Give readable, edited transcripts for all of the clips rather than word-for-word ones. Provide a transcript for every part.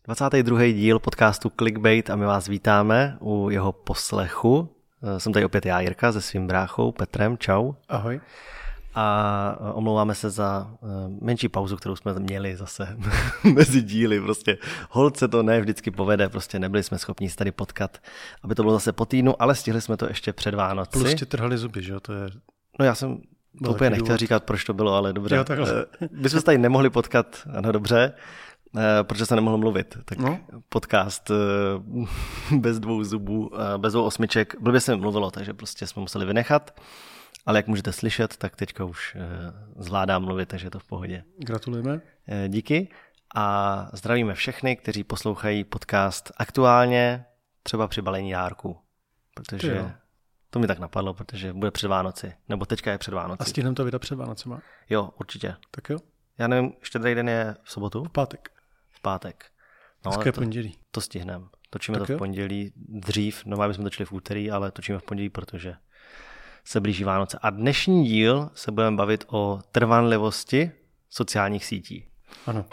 22. díl podcastu Clickbait a my vás vítáme u jeho poslechu. Jsem tady opět já, Jirka, se svým bráchou Petrem. Čau. Ahoj. A omlouváme se za menší pauzu, kterou jsme měli zase mezi díly. Prostě holt se to ne vždycky povede, prostě nebyli jsme schopni se tady potkat, aby to bylo zase po týdnu, ale stihli jsme to ještě před Vánoci. Plus ti trhali zuby, že jo? To je... No já jsem to úplně nechtěl říkat, proč to bylo, ale dobře. My jsme se tady nemohli potkat, ano dobře, protože se nemohl mluvit. Tak podcast bez dvou zubů, bez dvou osmiček, blbě se mluvilo, takže prostě jsme museli vynechat. Ale jak můžete slyšet, tak teďka už zvládám mluvit, takže je to v pohodě. Gratulujeme. Díky a zdravíme všechny, kteří poslouchají podcast aktuálně, třeba při balení dárků. Protože to mi tak napadlo, protože bude před Vánoci, nebo teďka je před Vánoci. A stihneme to vydat před Vánocema? Jo, určitě. Tak jo. Já nevím, štědrý den je v sobotu? V pátek. V pátek. No, dneska je pondělí. To stihneme. Točíme tak to jo? v pondělí dřív, normálně jsme točili v úterý, ale točíme v pondělí, protože se blíží Vánoce. A dnešní díl se budeme bavit o trvanlivosti sociálních sítí. Ano.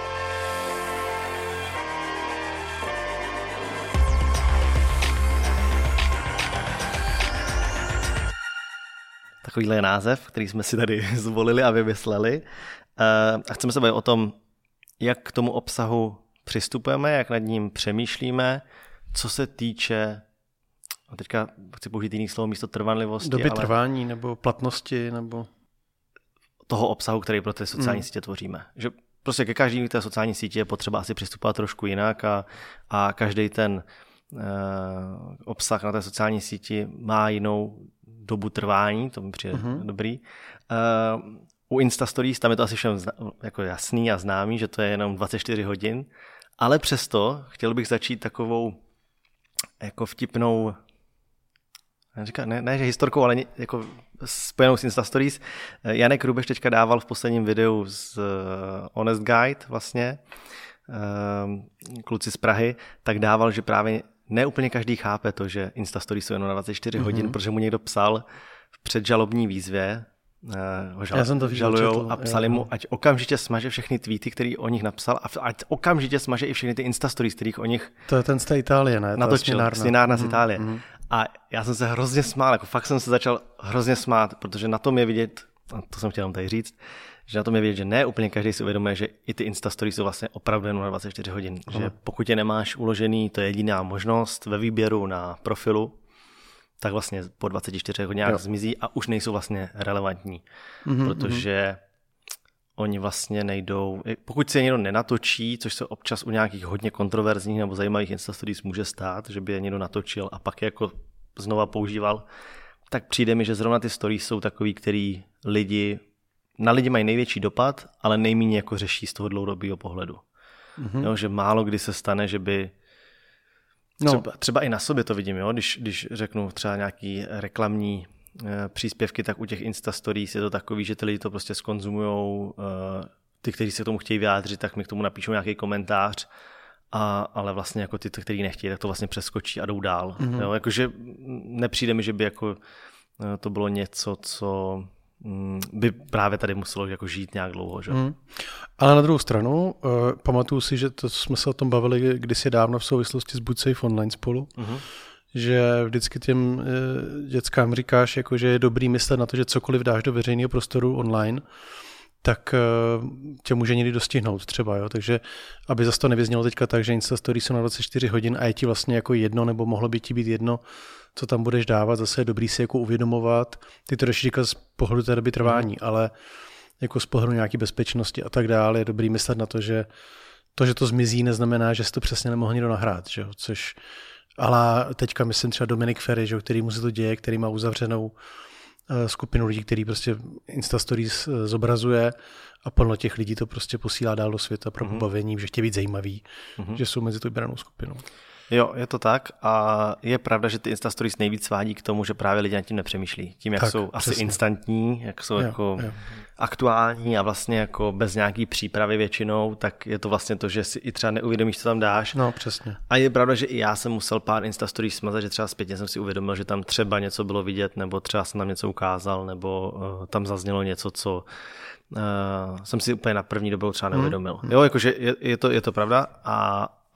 Takovýhle je název, který jsme si tady zvolili a vymysleli. A chceme se bavit o tom, jak k tomu obsahu přistupujeme, jak nad ním přemýšlíme, co se týče, a teďka chci použít jiný slovo místo trvanlivosti, doby trvání nebo platnosti nebo toho obsahu, který pro ty sociální sítě tvoříme. Že prostě ke každý té sociální sítě je potřeba asi přistupovat trošku jinak a každý ten obsah na té sociální síti má jinou dobu trvání, to mi přijde dobrý. U Insta Stories tam je to asi všem jako jasný a známý, že to je jenom 24 hodin, ale přesto chtěl bych začít takovou jako vtipnou, ne že historkou, ale jako spojenou s Insta Stories. Janek Rubeš teďka dával v posledním videu z Honest Guide vlastně, kluci z Prahy, tak dával, že právě ne úplně každý chápe to, že Insta Stories jsou jenom na 24 hodin, protože mu někdo psal v předžalobní výzvě, žalujou a psali mu, ať okamžitě smaže všechny tweety, který o nich napsal a ať okamžitě smaže i všechny ty Insta Stories, kterých o nich to je ten z té Itálie, ne? Natočil, směnárna z Itálie. A já jsem se hrozně smál, jako fakt jsem se začal hrozně smát, protože na tom je vidět, a to jsem chtěl tady říct, že na tom je vidět, že ne úplně každý si uvědomuje, že i ty Insta Stories jsou vlastně opravdu jenom na 24 hodin. Že pokud je nemáš uložený, to je jediná možnost ve výběru na profilu, tak vlastně po 24 hodinách zmizí a už nejsou vlastně relevantní, protože oni vlastně nejdou, pokud se je někdo nenatočí, což se občas u nějakých hodně kontroverzních nebo zajímavých Insta Stories může stát, že by je někdo natočil a pak je jako znova používal, tak přijde mi, že zrovna ty stories jsou takový, který na lidi mají největší dopad, ale nejméně jako řeší z toho dlouhodobého pohledu. Jo, že málo kdy se stane, že by třeba i na sobě to vidím, jo? Když řeknu třeba nějaký reklamní příspěvky, tak u těch Insta Stories je to takový, že ty lidi to prostě skonzumujou, ty, kteří se k tomu chtějí vyjádřit, tak mi k tomu napíšou nějaký komentář, ale vlastně jako ty, kteří nechtějí, tak to vlastně přeskočí a jdou dál. Jo? Jakože nepřijde mi, že by jako to bylo něco, co by právě tady muselo jako žít nějak dlouho. Že? Ale na druhou stranu, pamatuju si, že to jsme se o tom bavili kdysi dávno v souvislosti s Buď Safe Online spolu, že vždycky těm dětskám říkáš, jako, že je dobrý myslet na to, že cokoliv dáš do veřejného prostoru online, tak tě může někdy dostihnout třeba. Jo? Takže aby zase to nevyznělo teďka tak, že Insta Stories jsou na 24 hodin a je ti vlastně jako jedno, nebo mohlo by ti být jedno, co tam budeš dávat, zase je dobrý si jako uvědomovat. Ty to jdeš říkat z pohledu té doby trvání, ale jako z pohledu nějaké bezpečnosti a tak dále je dobrý myslet na to, že to zmizí, neznamená, že si to přesně nemohl někdo nahrát. Že? Což, ale teďka myslím třeba Dominik Ferry, že? Který mu se to děje, který má uzavřenou skupinu lidí, který prostě Insta Stories zobrazuje a plno těch lidí to prostě posílá dál do světa pro pobavení, že chtějí být zajímavý, že jsou mezi tu vybranou skupinou. Jo, je to tak a je pravda, že ty Insta Stories nejvíc svádí k tomu, že právě lidi nad tím nepřemýšlí. Tím, jak tak, jsou přesně. Asi instantní, jak jsou jako aktuální a vlastně jako bez nějaký přípravy většinou, tak je to vlastně to, že si i třeba neuvědomíš, co tam dáš. No, přesně. A je pravda, že i já jsem musel pár Insta Stories smazat, že třeba zpětně jsem si uvědomil, že tam třeba něco bylo vidět, nebo třeba jsem tam něco ukázal, nebo tam zaznělo něco, co jsem si úplně na první dobrou třeba neuvědomil. Jo, jakože je to pravda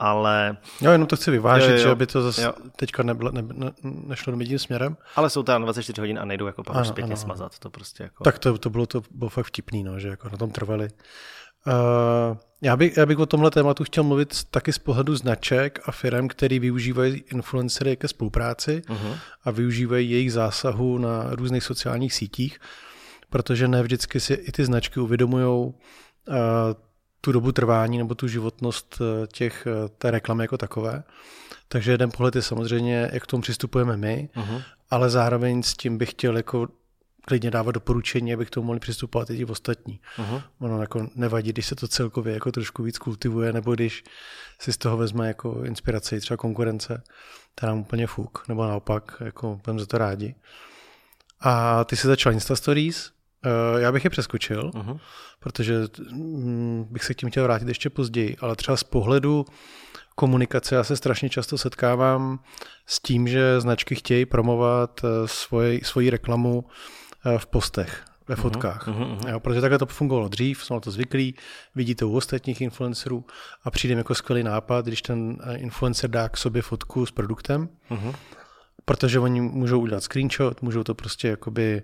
ale... Jo, jenom to chci vyvážit, že aby to zase teďka nešlo tím směrem. Ale jsou tam 24 hodin a nejdou jako pak zpětně smazat. To prostě jako... Tak to bylo fakt vtipný, no, že jako na tom trvali. Já bych o tomhle tématu chtěl mluvit taky z pohledu značek a firem, který využívají influencery ke spolupráci a využívají jejich zásahu na různých sociálních sítích, protože ne vždycky si i ty značky uvědomují tu dobu trvání nebo tu životnost té reklamy jako takové. Takže jeden pohled je samozřejmě, jak k tomu přistupujeme my, ale zároveň s tím bych chtěl jako klidně dávat doporučení, abych k tomu mohli přistupovat i ti ostatní. Ono jako nevadí, když se to celkově jako trošku víc kultivuje, nebo když si z toho vezme jako inspiraci třeba konkurence, to nám úplně fuk, nebo naopak, jako budeme za to rádi. A ty jsi začal Insta Stories, já bych je přeskočil, protože bych se k tím chtěl vrátit ještě později, ale třeba z pohledu komunikace já se strašně často setkávám s tím, že značky chtějí promovat svoji reklamu v postech, ve fotkách. Jo, protože takhle to fungovalo dřív, jsme na to zvyklí, vidí to u ostatních influencerů a přijde jako skvělý nápad, když ten influencer dá k sobě fotku s produktem, protože oni můžou udělat screenshot, můžou to prostě jakoby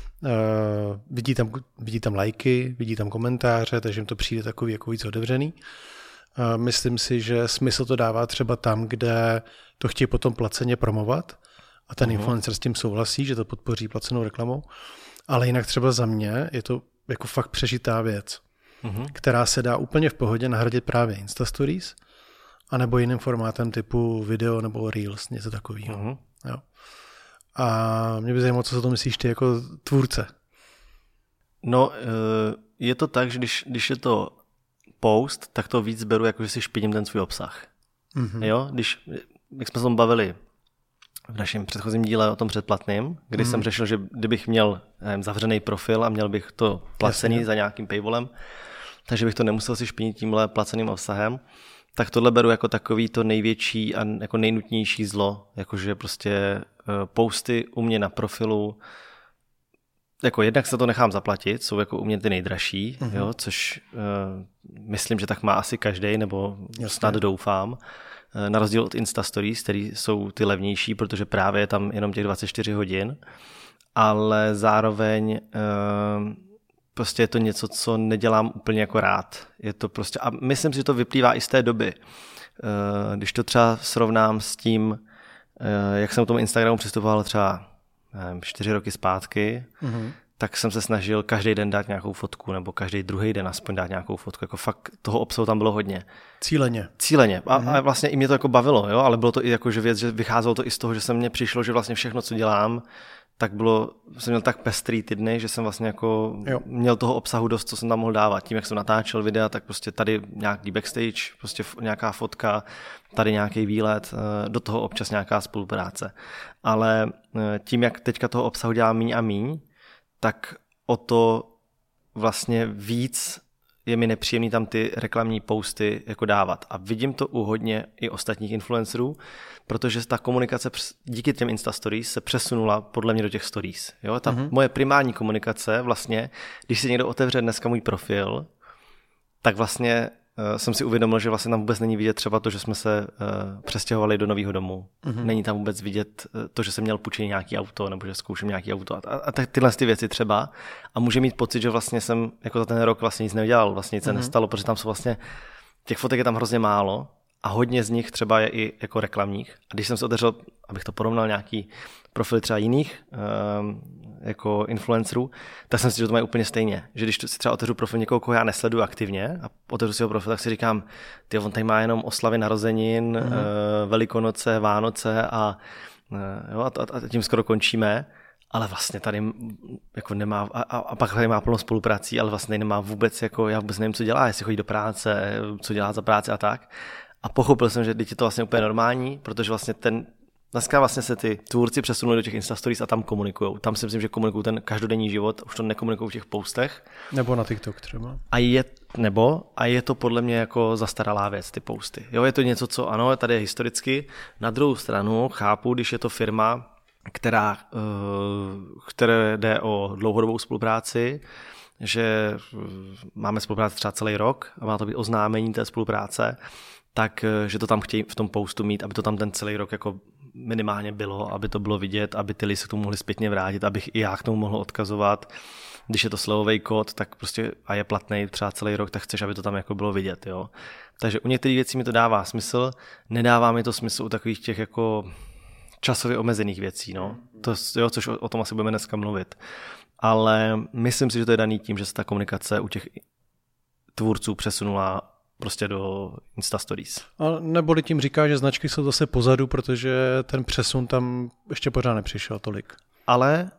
vidí tam lajky, vidí tam komentáře, takže jim to přijde takový jako víc otevřený. Myslím si, že smysl to dává třeba tam, kde to chtějí potom placeně promovat a ten influencer s tím souhlasí, že to podpoří placenou reklamou, ale jinak třeba za mě je to jako fakt přežitá věc, která se dá úplně v pohodě nahradit právě Insta Stories anebo jiným formátem typu video nebo Reels, něco takového. Jo. A mě by zajímalo, co se to myslíš ty jako tvůrce. No, je to tak, že když je to post, tak to víc beru, jako že si špiním ten svůj obsah. Jo, jak jsme se tom bavili v našem předchozím díle o tom předplatným, kdy jsem řešil, že kdybych měl zavřený profil a měl bych to placený za nějakým paywallem, takže bych to nemusel si špinit tímhle placeným obsahem, tak tohle beru jako takový to největší a jako nejnutnější zlo, jakože prostě posty u mě na profilu, jako jednak se to nechám zaplatit, jsou jako u mě ty nejdražší, jo, což myslím, že tak má asi každej, nebo snad doufám, na rozdíl od Insta Stories, které jsou ty levnější, protože právě je tam jenom těch 24 hodin, ale zároveň prostě je to něco, co nedělám úplně jako rád. Je to prostě, a myslím si, že to vyplývá i z té doby. Když to třeba srovnám s tím, jak jsem k tomu Instagramu přistupoval třeba 4 roky zpátky, tak jsem se snažil každý den dát nějakou fotku, nebo každý druhý den aspoň dát nějakou fotku. Jako fakt toho obsahu tam bylo hodně. Cíleně. A vlastně i mě to jako bavilo, jo? Ale bylo to i jako, že věc, že vycházelo to i z toho, že se mně přišlo, že vlastně všechno, co dělám, tak jsem měl tak pestrý ty dny, že jsem vlastně jako měl toho obsahu dost, co jsem tam mohl dávat. Tím, jak jsem natáčel videa, tak prostě tady nějaký backstage, prostě nějaká fotka, tady nějaký výlet, do toho občas nějaká spolupráce. Ale tím, jak teďka toho obsahu dělám míň a míň, tak o to vlastně víc je mi nepříjemný tam ty reklamní posty jako dávat. A vidím to u hodně i ostatních influencerů, protože ta komunikace díky těm Insta Stories se přesunula podle mě do těch stories. Jo? Ta moje primární komunikace vlastně, když si někdo otevře dneska můj profil, tak vlastně jsem si uvědomil, že vlastně tam vůbec není vidět třeba to, že jsme se přestěhovali do nového domu. Není tam vůbec vidět to, že jsem měl půjčený nějaký auto, nebo že zkouším nějaký auto a tyhle ty věci třeba. A může mít pocit, že vlastně jsem jako za ten rok vlastně nic nedělal, vlastně nic se nestalo, protože tam jsou vlastně, těch fotek je tam hrozně málo a hodně z nich třeba je i jako reklamních. A když jsem se otevřel, abych to porovnal nějaký profil třeba jiných jako influencerů, tak jsem si, že to mají úplně stejně. Že když si třeba otevřu profil někoho, koho já nesleduju aktivně a otevřu si jeho profil, tak si říkám, on tady má jenom oslavy narozenin, Velikonoce, Vánoce a tím skoro končíme. Ale vlastně tady jako nemá, a pak tady má plno spoluprací, ale vlastně nemá vůbec, jako já vůbec nevím, co dělá, jestli chodí do práce, co dělá za práci a tak. A pochopil jsem, že teď je to vlastně úplně normální, protože vlastně dneska vlastně se ty tvůrci přesunuli do těch Insta Stories a tam komunikujou. Tam si myslím, že komunikují ten každodenní život, už to nekomunikují v těch postech. Nebo na TikTok třeba. A je to podle mě jako zastaralá věc, ty posty. Jo, je to něco, co ano, tady je historicky. Na druhou stranu chápu, když je to firma, které jde o dlouhodobou spolupráci, že máme spolupráci třeba celý rok a má to být oznámení té spolupráce, tak že to tam chtějí v tom postu mít, aby to tam ten celý rok jako minimálně bylo, aby to bylo vidět, aby ty lidi se k tomu mohli zpětně vrátit, abych i já k tomu mohl odkazovat. Když je to slevový kód, tak prostě a je platný třeba celý rok, tak chceš, aby to tam jako bylo vidět, jo. Takže u některých věcí mi to dává smysl, nedává mi to smysl u takových těch jako časově omezených věcí, no. To, jo, což o tom asi budeme dneska mluvit. Ale myslím si, že to je daný tím, že se ta komunikace u těch tvůrců přesunula prostě do Insta Stories. A neboli tím říká, že značky jsou zase pozadu, protože ten přesun tam ještě pořád nepřišel tolik. Ale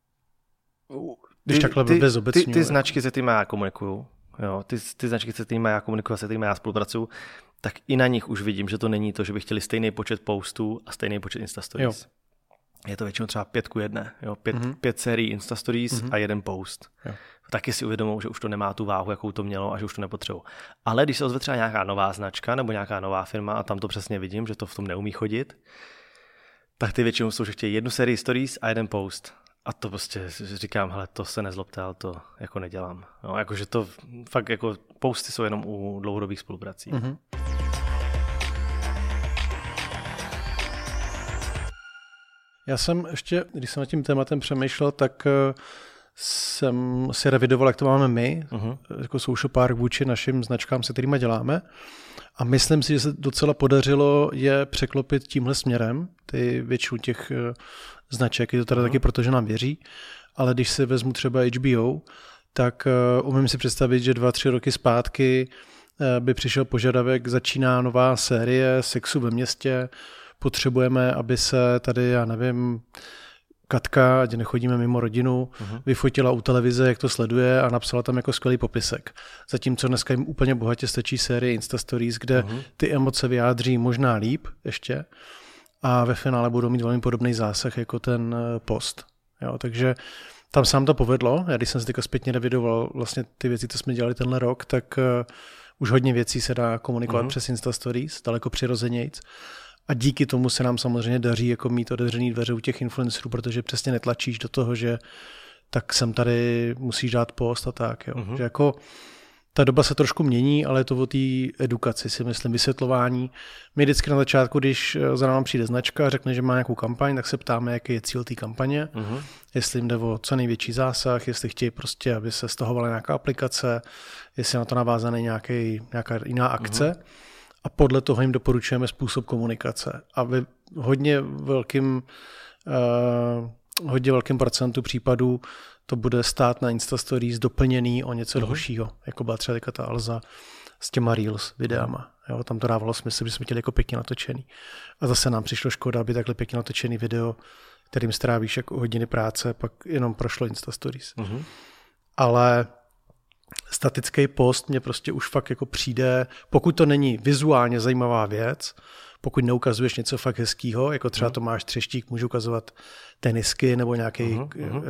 když takhle bezobecňuji. Ty značky, se kterými já komunikuju, jo, ty značky, se kterými já komunikuju, se kterými já spolupracuju, tak i na nich už vidím, že to není to, že by chtěli stejný počet postů a stejný počet Insta Stories. Jo. Je to většinou třeba 5:1, jo, 5 sérií Insta Stories a 1 post. Jo. Taky si uvědomou, že už to nemá tu váhu, jakou to mělo a že už to nepotřebují. Ale když se ozve třeba nějaká nová značka nebo nějaká nová firma a tam to přesně vidím, že to v tom neumí chodit, tak ty většinou jsou, že chtějí 1 sérii stories a 1 post. A to prostě říkám, hele, to se nezlobte, ale to jako nedělám. No, jakože to fakt jako posty jsou jenom u dlouhodobých spoluprací. Mm-hmm. Já jsem ještě, když jsem nad tím tématem přemýšlel, tak jsem si revidoval, jak to máme my, jako Social Park vůči našim značkám, se kterýma děláme. A myslím si, že se docela podařilo je překlopit tímhle směrem, ty většinu těch značek, je to teda taky proto, že nám věří, ale když si vezmu třeba HBO, tak umím si představit, že 2-3 roky zpátky by přišel požadavek, začíná nová série Sexu ve městě, potřebujeme, aby se tady, já nevím, Katka, ať nechodíme mimo rodinu, vyfotila u televize, jak to sleduje a napsala tam jako skvělý popisek. Zatímco dneska jim úplně bohatě stačí série Insta Stories, kde ty emoce vyjádří možná líp ještě a ve finále budou mít velmi podobný zásah jako ten post. Jo, takže tam se nám to povedlo. Já když jsem si teďka zpětně revidoval vlastně ty věci, co jsme dělali tenhle rok, tak už hodně věcí se dá komunikovat přes Insta Stories, daleko přirozenějc. A díky tomu se nám samozřejmě daří jako mít otevřený dveře u těch influencerů, protože přesně netlačíš do toho, že tak sem tady musíš dát post a tak. Jo. Že jako ta doba se trošku mění, ale je to o té edukaci, si myslím, vysvětlování. My vždycky na začátku, když za námi přijde značka a řekne, že má nějakou kampaň, tak se ptáme, jaký je cíl té kampaně, jestli jim jde o co největší zásah, jestli chtějí prostě, aby se stahovala nějaká aplikace, jestli je na to navázaný nějaká jiná akce. A podle toho jim doporučujeme způsob komunikace. A ve hodně velkým procentu případů to bude stát na Insta Stories doplněný o něco dalšího, jako byla třeba ta Alza s těma Reels videama. Jo, tam to dávalo smysl, že jsme chtěli jako pěkně natočený. A zase nám přišlo škoda, aby takhle pěkně natočený video, kterým strávíš jako hodiny práce, pak jenom prošlo Insta Stories. Ale statický post mě prostě už fakt jako přijde, pokud to není vizuálně zajímavá věc, pokud neukazuješ něco fakt hezkýho, jako třeba Tomáš Třeštík může ukazovat tenisky nebo nějaký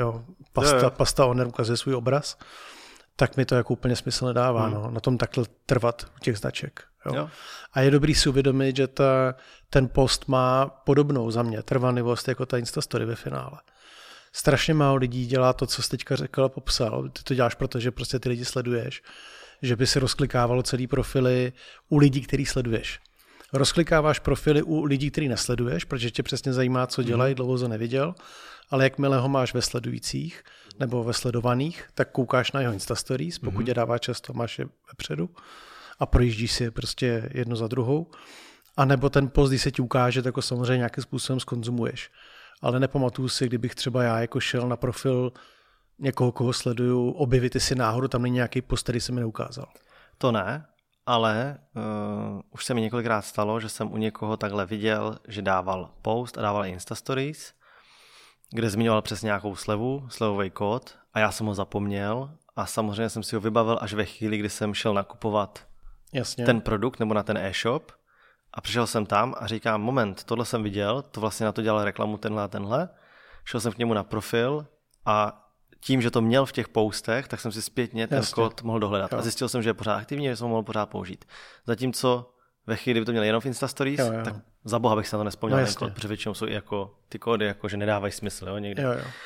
Pasta Owner ukazuje svůj obraz, tak mi to jako úplně smysl nedává, na tom takhle trvat u těch značek. Jo. A je dobrý si uvědomit, že ten post má podobnou za mě trvanlivost jako ta Instastory ve finále. Strašně málo lidí dělá to, co jsi teďka řekl a popsal. Ty to děláš, protože prostě ty lidi sleduješ. Že by si rozklikávalo celý profily u lidí, který sleduješ. Rozklikáváš profily u lidí, který nesleduješ, protože tě přesně zajímá, co dělají, dlouho to neviděl, ale jakmile ho máš ve sledujících nebo ve sledovaných, tak koukáš na jeho Insta Stories, pokud je dává často, máš je vepředu a projíždíš si je prostě jedno za druhou. A nebo ten post, když se ti ukáže, tak ho samozřejmě nějakým způsobem zkonzumuješ. Ale nepamatuju si, kdybych třeba já jako šel na profil někoho, koho sleduju, objevit si náhodou, tam není nějaký post, který se mi neukázal. To ne, ale už se mi několikrát stalo, že jsem u někoho takhle viděl, že dával post a dával Insta Stories, kde zmiňoval přes nějakou slevový kód a já jsem ho zapomněl a samozřejmě jsem si ho vybavil až ve chvíli, kdy jsem šel nakupovat ten produkt nebo na ten e-shop. A přišel jsem tam a říkám, moment, tohle jsem viděl, to vlastně na to dělal reklamu tenhle a tenhle. Šel jsem k němu na profil a tím, že to měl v těch postech, tak jsem si zpětně ten kód mohl dohledat. A zjistil jsem, že je pořád aktivní, že jsem ho mohl pořád použít. Zatímco ve chvíli, kdyby to měl jenom v Insta Stories, tak za boha bych se na to nespomněl ten kód, protože většinou jsou i jako ty kódy, jako, že nedávají smysl, jo, někde.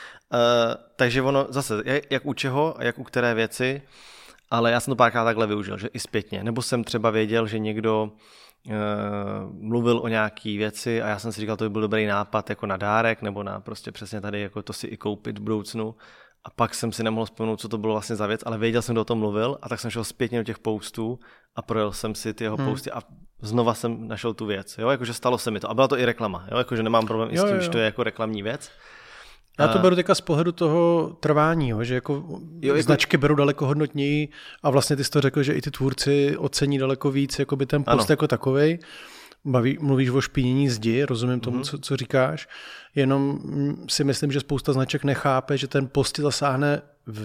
Takže ono zase, jak u čeho a jak u které věci, ale já jsem to párkrát takhle využil, že i zpětně. Nebo jsem třeba věděl, že někdo mluvil o nějaký věci a já jsem si říkal, to by byl dobrý nápad jako na dárek nebo na prostě přesně tady jako to si i koupit v budoucnu. A pak jsem si nemohl vzpomenout, co to bylo vlastně za věc, ale věděl jsem, kdo o tom mluvil a tak jsem šel zpětně do těch postů a projel jsem si ty jeho posty a znova jsem našel tu věc. Jo, jakože stalo se mi to. A byla to i reklama, jo, jakože nemám problém i s tím, že to je jako reklamní věc. Já to beru teďka z pohledu toho trvání, jo, že jako značky berou daleko hodnotněji a vlastně ty jsi to řekl, že i ty tvůrci ocení daleko víc jakoby ten post jako takovej. Mluvíš o špinění zdi, rozumím tomu, co říkáš, jenom si myslím, že spousta značek nechápe, že ten post zasáhne v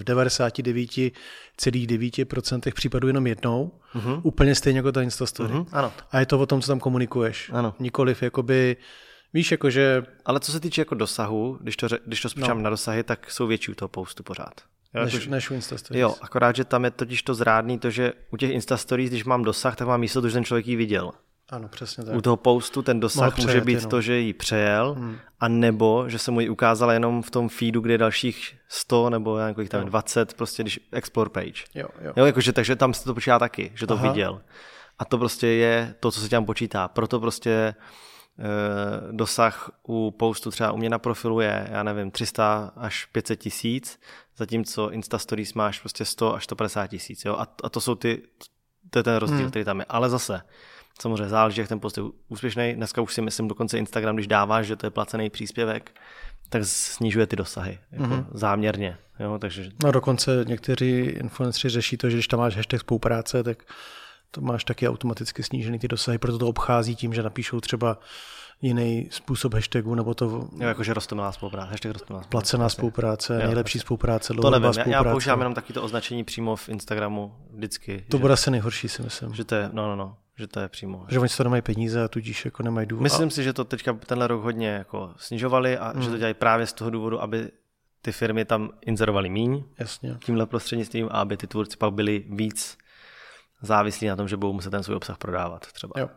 99,9% případů jenom jednou, úplně stejně jako ta Instastory. Ano. A je to o tom, co tam komunikuješ. Ano. Nikoliv jakoby, víš, jakože... Ale co se týče jako dosahu, když to spočítám na dosahy, tak jsou větší u toho postu pořád. Jo, než u Instastories. Jo, akorát, že tam je totiž to zrádný, to, že u těch Instastories, když mám dosah, tak mám jistotu, že ten člověk ji viděl. Ano, přesně tak. U toho postu ten dosah může být to, že ji přejel, a nebo že se mu ji ukázala jenom v tom feedu, kde je dalších 100 nebo nějakých tam 20, prostě když explore page. Jo, jakože, takže tam se to počítá taky, že to viděl. A to prostě je to, co se tam počítá. Proto prostě dosah u postu třeba u mě na profilu je, já nevím, 300 až 500 tisíc, zatímco Instastories máš prostě 100 až 150 tisíc. A to jsou to je ten rozdíl, který tam je. Ale zase, samozřejmě záleží, jak ten post je úspěšný. Dneska už si myslím dokonce Instagram, když dáváš, že to je placený příspěvek, tak snižuje ty dosahy. Jako záměrně. Jo, takže... No dokonce někteří influenceri řeší to, že když tam máš hashtag spolupráce, tak to máš taky automaticky snížený ty dosahy, proto to obchází tím, že napíšou třeba jiný způsob hashtagu, nebo to... Jo, jakože roztomilá spolupráce, hashtag roztomilá spolupráce. Placená spolupráce, nejlepší spolupráce, to nevím, já používám jenom taky to označení přímo v Instagramu vždycky. To bude asi nejhorší, si myslím. Že to je, že to je přímo. Že oni to nemají peníze a tudíž jako nemají důvod. Myslím si, že to teďka tenhle rok hodně jako snižovali a že to dělají právě z toho důvodu, aby ty firmy tam inzerovaly míň. Jasně. Tímhle prostřednictvím, a aby ty tvůrci pak byli víc závislí na tom, že budou muset ten svůj obsah prodávat třeba. Jo.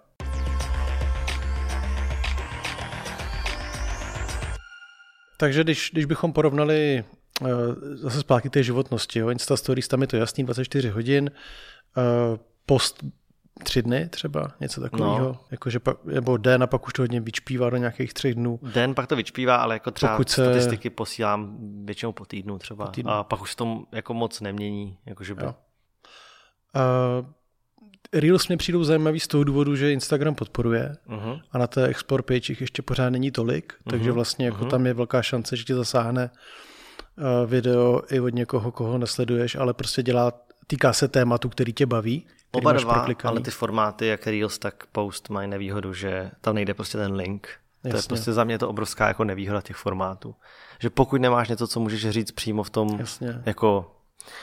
Takže když bychom porovnali zase zpátky té životnosti, jo, Insta Stories, tam je to jasný, 24 hodin, post 3 dny třeba, něco takového, jakože nebo den a pak už to hodně vyčpívá do nějakých 3 dnů. Den pak to vyčpívá, ale jako třeba statistiky posílám většinou po týdnu třeba a pak už to jako moc nemění. Jakože by... Reels mě přijdou zajímavý z toho důvodu, že Instagram podporuje a na té explore page jich ještě pořád není tolik, takže vlastně jako tam je velká šance, že ti zasáhne video i od někoho, koho nesleduješ, ale prostě týká se tématu, který tě baví. Oba dva, ale ty formáty, jak Reels, tak Post mají nevýhodu, že tam nejde prostě ten link. To je prostě za mě to obrovská jako nevýhoda těch formátů. Že pokud nemáš něco, co můžeš říct přímo v tom, jako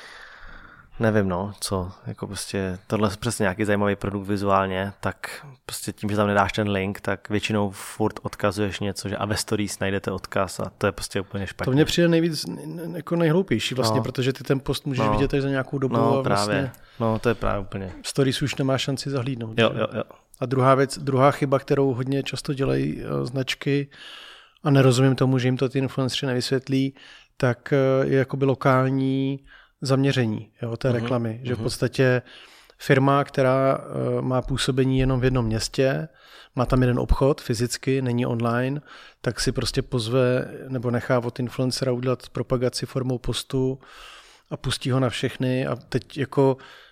nevím, co, jako prostě tohle je přesně nějaký zajímavý produkt vizuálně, tak prostě tím, že tam nedáš ten link, tak většinou furt odkazuješ něco, že a ve stories najdete odkaz a to je prostě úplně špatně. To mně přijde nejvíc jako nejhloupější vlastně, protože ty ten post můžeš vidět až za nějakou dobu a právě. Vlastně to je právě úplně. Stories už nemá šanci zahlídnout. Jo. A druhá chyba, kterou hodně často dělají značky a nerozumím tomu, že jim to ty influenceri nevysvětlí, tak je jakoby lokální zaměření té reklamy, že v podstatě firma, která má působení jenom v jednom městě, má tam jeden obchod fyzicky, není online, tak si prostě pozve nebo nechá od influencera udělat propagaci formou postu a pustí ho na všechny a teď jako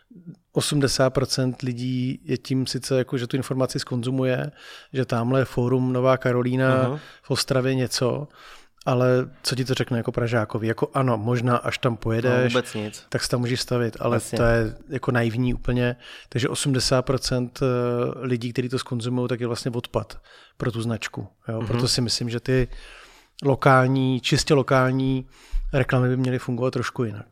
80% lidí je tím sice jako, že tu informaci zkonzumuje, že tamhle je fórum Nová Karolína v Ostravě něco, ale co ti to řekne jako Pražákovi? Jako ano, možná až tam pojedeš, tak se tam můžeš stavit, ale to je jako naivní úplně. Takže 80% lidí, kteří to zkonzumují, tak je vlastně odpad pro tu značku. Jo? Proto si myslím, že ty čistě lokální reklamy by měly fungovat trošku jinak.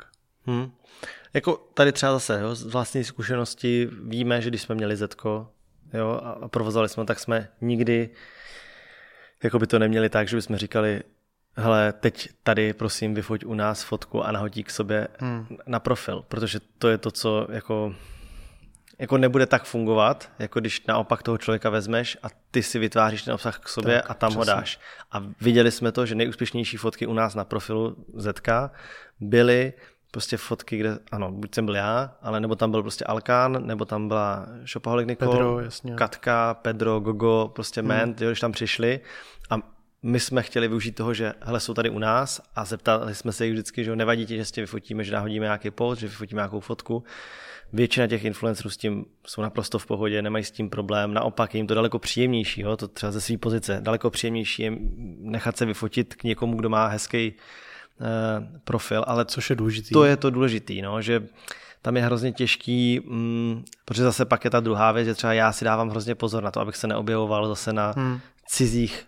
Jako tady třeba zase, z vlastní zkušenosti víme, že když jsme měli Zetko, a provozovali jsme, tak jsme nikdy jako by to neměli tak, že bychom říkali, hele, teď tady prosím vyfoť u nás fotku a nahodí k sobě na profil, protože to je to, co jako nebude tak fungovat, jako když naopak toho člověka vezmeš a ty si vytváříš ten obsah k sobě tak, a tam ho dáš. A viděli jsme to, že nejúspěšnější fotky u nás na profilu Zetka byly prostě fotky, kde, ano, buď jsem byl já, ale nebo tam byl prostě Alkán, nebo tam byla Shopaholic Nicole, Pedro, jasně. Katka, Pedro, Gogo, prostě Ment, když tam přišli a my jsme chtěli využít toho, že hele, jsou tady u nás a zeptali jsme se jich vždycky, že nevadí ti, že s tím vyfotíme, že nahodíme nějaký post, že vyfotíme nějakou fotku. Většina těch influencerů s tím jsou naprosto v pohodě, nemají s tím problém, naopak je jim to daleko příjemnější, jo? To třeba ze své pozice, daleko příjemnější je nechat se vyfotit k někomu, kdo má hezký profil, ale což je důležitý. To je to důležitý, no, že tam je hrozně těžký, protože zase pak je ta druhá věc, že třeba já si dávám hrozně pozor na to, abych se neobjevoval zase na cizích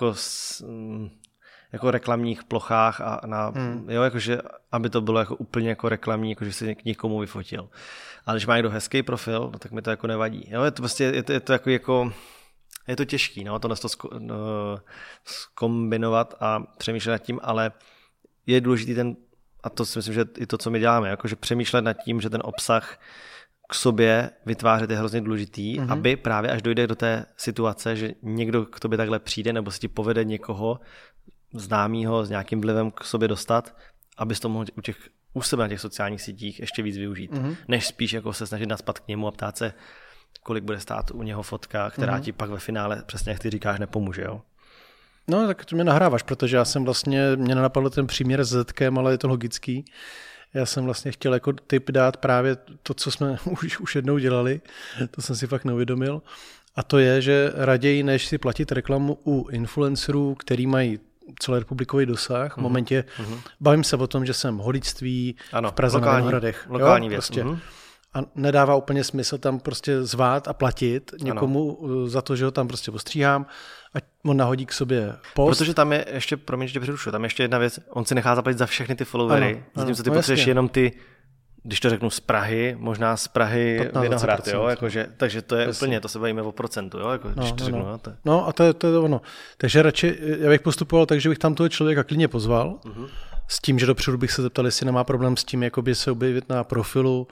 jako reklamních plochách a na, jo, jakože, aby to bylo jako úplně jako reklamní, jakože si k někomu vyfotil. Ale když má někdo hezký profil, no, tak mi to jako nevadí. Jo, je to prostě, je to jako je to těžký, no, to zkombinovat a přemýšlet nad tím, ale je důležitý a to si myslím, že i to, co my děláme, jakože přemýšlet nad tím, že ten obsah k sobě vytvářet je hrozně důležitý, aby právě až dojde do té situace, že někdo k tobě takhle přijde, nebo se ti povede někoho známýho s nějakým vlivem k sobě dostat, abys to mohl u sebe na těch sociálních sítích ještě víc využít. Než spíš jako se snažit naspat k němu a ptát se, kolik bude stát u něho fotka, která ti pak ve finále, přesně jak ty říkáš, nepomůže. Jo? No, tak to mě nahráváš, protože já jsem vlastně, mě nenapadl ten příměr s Zetkem, ale je to logický. Já jsem vlastně chtěl jako tip dát právě to, co jsme už jednou dělali, to jsem si fakt neuvědomil. A to je, že raději, než si platit reklamu u influencerů, který mají celorepublikový dosah, v momentě bavím se o tom, že jsem holičství v Praze na Vinohradech. Lokální věc. Prostě. A nedává úplně smysl tam prostě zvát a platit někomu za to, že ho tam prostě ostříhám a on nahodí k sobě post. Protože tam je ještě, promiň, že přerušu, tam je ještě jedna věc, on si nechá zaplatit za všechny ty followery, zatímco ty potřebuješ jenom ty, když to řeknu z Prahy, možná z Prahy Vinohrad, jo, jakože, takže to je úplně, to se bavíme o procentu, jo, jako, když to řeknu. Jo, to je. No a to je ono. Takže radši, já bych postupoval tak, že bych tam toho člověka klidně pozval, s tím, že dopředu bych se zeptal, jestli nemá problém s tím, jakoby se objevit na profilu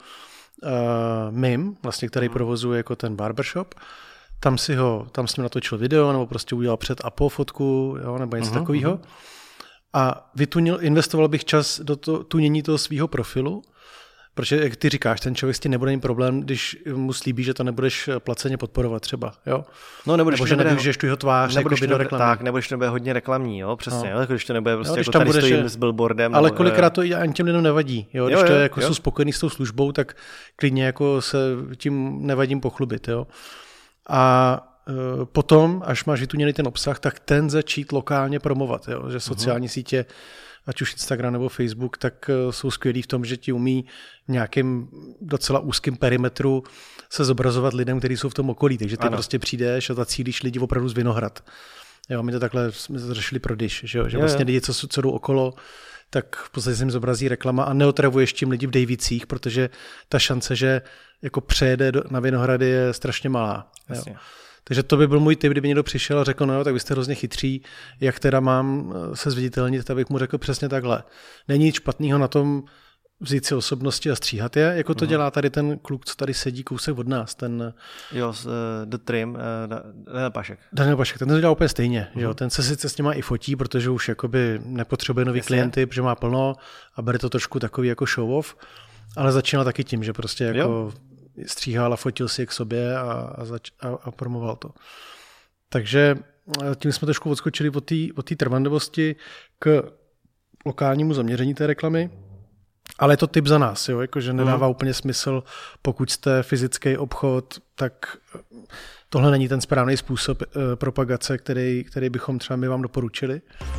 mým, vlastně, který provozuje jako ten barbershop. Tam s ním natočil video, nebo prostě udělal před a po fotku, jo, nebo něco takového. A investoval bych čas do tunění toho svého profilu, protože, jak ty říkáš, ten člověk s tím nebude mít problém, když mu slíbí, že to nebudeš placeně podporovat třeba, jo? No, nebo že nevyužiješ tu jeho tvář jako do reklamy. Tak, nebo když to nebude hodně reklamní, jo, přesně, jo, když to nebude prostě jako tady stojím s billboardem. Ale kolikrát to ani těm lidem nevadí, jo? Když to jako jsou spokojení s tou službou, tak klidně jako se tím nevadím pochlubit, jo? A potom, až máš vytuněný ten obsah, tak ten začít lokálně promovat, jo? Že sociální sítě, ať už Instagram nebo Facebook, tak jsou skvělí v tom, že ti umí v nějakém docela úzkém perimetru se zobrazovat lidem, kteří jsou v tom okolí. Takže ty prostě přijdeš a zacílíš lidi opravdu z Vinohrad. Jo, my to takhle jsme řešili pro Dish, že vlastně lidi, co jdou okolo, tak v podstatě se jim zobrazí reklama a neotravuješ tím lidi v Dejvicích, protože ta šance, že jako přejede na Vinohrady, je strašně malá. Takže to by byl můj tip, kdyby někdo přišel a řekl, no jo, tak vy jste hrozně chytří, jak teda mám se zviditelnit, tak bych mu řekl přesně takhle. Není nic špatného na tom vzít si osobnosti a stříhat je, jako to dělá tady ten kluk, co tady sedí kousek od nás. Jo, The Trim, Daniel Pašek, ten to dělá úplně stejně. Jo? Ten se sice s něma i fotí, protože už jakoby nepotřebuje nový klienty, protože má plno a bere to trošku takový jako show off, ale začínal taky tím, že prostě jako stříhal a fotil si je k sobě a promoval to. Takže tím jsme trošku odskočili od té trvanlivosti k lokálnímu zaměření té reklamy, ale je to tip za nás, jo? Jakože nedává úplně smysl, pokud jste fyzický obchod, tak tohle není ten správný způsob propagace, který bychom třeba my vám doporučili.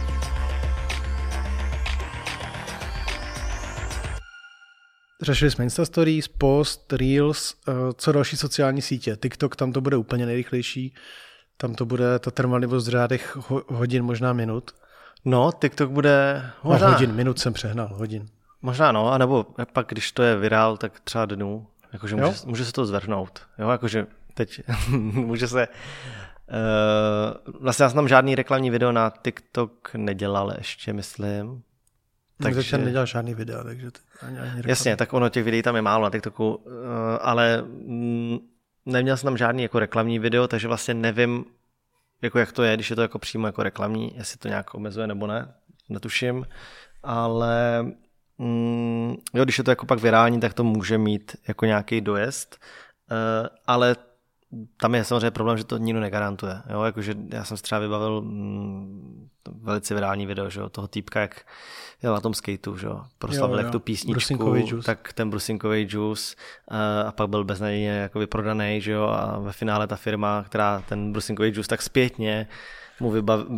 Řešili jsme Insta Stories, Post, Reels, co další sociální sítě. TikTok, tam to bude úplně nejrychlejší. Tam to bude ta trvanlivost v řádech hodin, možná minut. No, TikTok bude možná... hodin, minut jsem přehnal, hodin. Možná no, anebo pak, když to je virál, tak třeba dnů. Jakože může se to zvrhnout. Jo, jakože teď může se... vlastně já jsem tam žádný reklamní video na TikTok nedělal ještě, myslím. Takže jsem nedělal žádný videa, takže ani jasně, tak ono těch videí tam je málo na TikToku, ale neměl jsem tam žádný jako reklamní video, takže vlastně nevím, jako jak to je, když je to jako přímo jako reklamní, jestli to nějak omezuje nebo ne, netuším, ale jo, když je to jako pak virální, tak to může mít jako nějaký dojezd, ale tam je samozřejmě problém, že to nikdo negarantuje. Jo? Jakože já jsem si třeba vybavil velice virální video, že jo? Toho týpka, jak jel na tom skateu, že jo? Proslavil jak tu písničku, tak ten brusinkový džus a pak byl beznadějně jako vyprodaný, že jo? A ve finále ta firma, která ten brusinkový džus, tak zpětně mu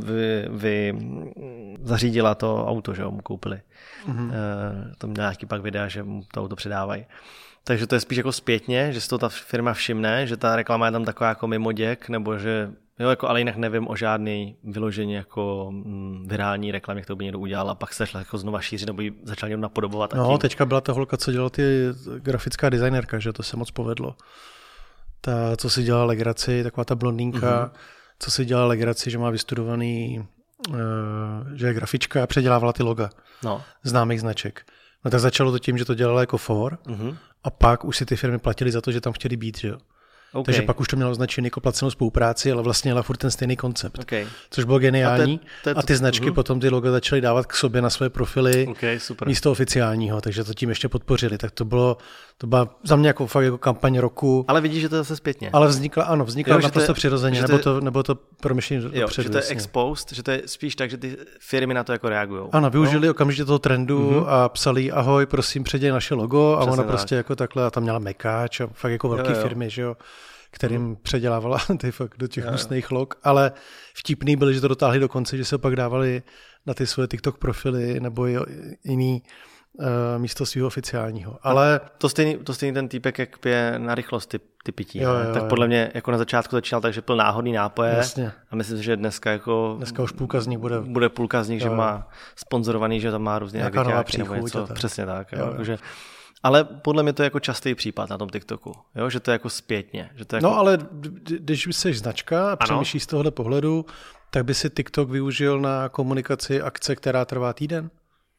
zařídila to auto, že jo? Mu koupili. Tam nějaký pak videa, že mu to auto předávají. Takže to je spíš jako zpětně, že si to ta firma všimne, že ta reklama je tam taková jako mimoděk, nebo že, jo, jako, ale jinak nevím o žádný vyložení jako virální reklamě, kterou by někdo udělal a pak se začala jako znova šířit, nebo ji začal někdo napodobovat. No, teďka byla ta holka, co dělala ty grafická designerka, že to se moc povedlo. Ta, co si dělala legraci, taková ta blondýnka, co si dělala legraci, že má vystudovaný, že je grafička a předělávala ty loga známých značek. No tak začalo to tím, že to dělala jako a pak už si ty firmy platily za to, že tam chtěli být, že jo. Okay. Takže pak už to mělo označený jako placenou spolupráci, ale vlastně měla furt ten stejný koncept. Okay. Což bylo geniální. A ty značky potom ty loga začaly dávat k sobě na své profily místo oficiálního, takže to tím ještě podpořili. Tak to byla za mě jako fakt jako kampaň roku. Ale vidíš, že to je zase zpětně. Ale vznikla naprosto přirozeně, nebo to promyšlení dopředu. Že to je exposed, že to je spíš tak, že ty firmy na to jako reagujou. Ano, využili okamžitě toho trendu a psali ahoj, prosím, předěj naše logo a ona prostě jako takhle a tam měla mekáč a fakt jako velké firmy, že jo, kterým předělávala ty fakt do těch hnusných log, ale vtipný byly, že to dotáhli do konce, že se pak dávali na ty svoje TikTok profily nebo jiný místo svého oficiálního. Ale to stejný ten týpek, jak pije na rychlost ty pití. Tak podle mě jako na začátku začínal tak, že pil náhodný nápoje. Jasně. A myslím si, že dneska už půlka z nich bude půlka z nich, že má sponzorovaný, že tam má různě agitiáky nebo něco. Přesně tak. Takže, ale podle mě to je jako častý případ na tom TikToku, jo? Že to je jako zpětně. Že to je jako... No ale když jsi značka a přemýšlíš z tohohle pohledu, tak by si TikTok využil na komunikaci akce, která trvá týden?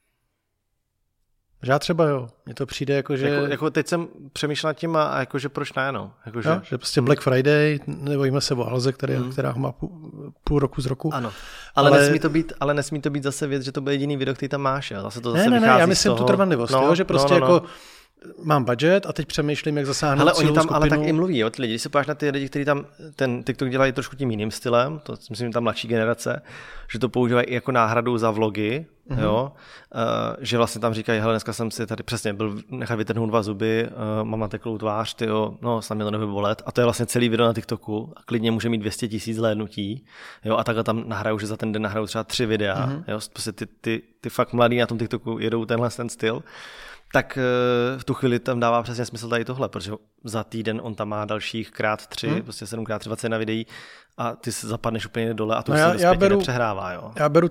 Já třeba jo, mně to přijde jako, že... Jako teď jsem přemýšlel nad tím a jakože proč ne, no. Že prostě Black Friday, nebojíme se o Alze, která má půl roku z roku. Ano, ale nesmí to být zase věc, že to bude jediný video, který tam máš, jo. Zase to zase ne, já myslím tu trvanlivost, že prostě jako mám budget a teď přemýšlím, jak zasáhnout cílovou skupinu. Ale tak i mluví, jo, ty lidi. Když se podíváš na ty lidi, kteří tam ten TikTok dělají trošku tím jiným stylem, to myslím, tam mladší generace, že to používají i jako náhradu za vlogy, jo, že vlastně tam říkají, hele, dneska jsem si tady přesně byl nechat vytrhnout 2 zuby, mám nateklou tvář, snad mě to nebude bolet. A to je vlastně celý video na TikToku a klidně může mít 200 000 zhlédnutí, jo, a takhle tam nahrajou, že za ten den nahrajou třeba 3 videa, jo, prostě ty fakt mladí na tom TikToku jedou ten styl. Tak v tu chvíli tam dává přesně smysl tady tohle, protože za týden on tam má dalších krát 3, prostě 7x 21 videí a ty se zapadneš úplně dole a to se zpětně nepřehrává. Jo. Já beru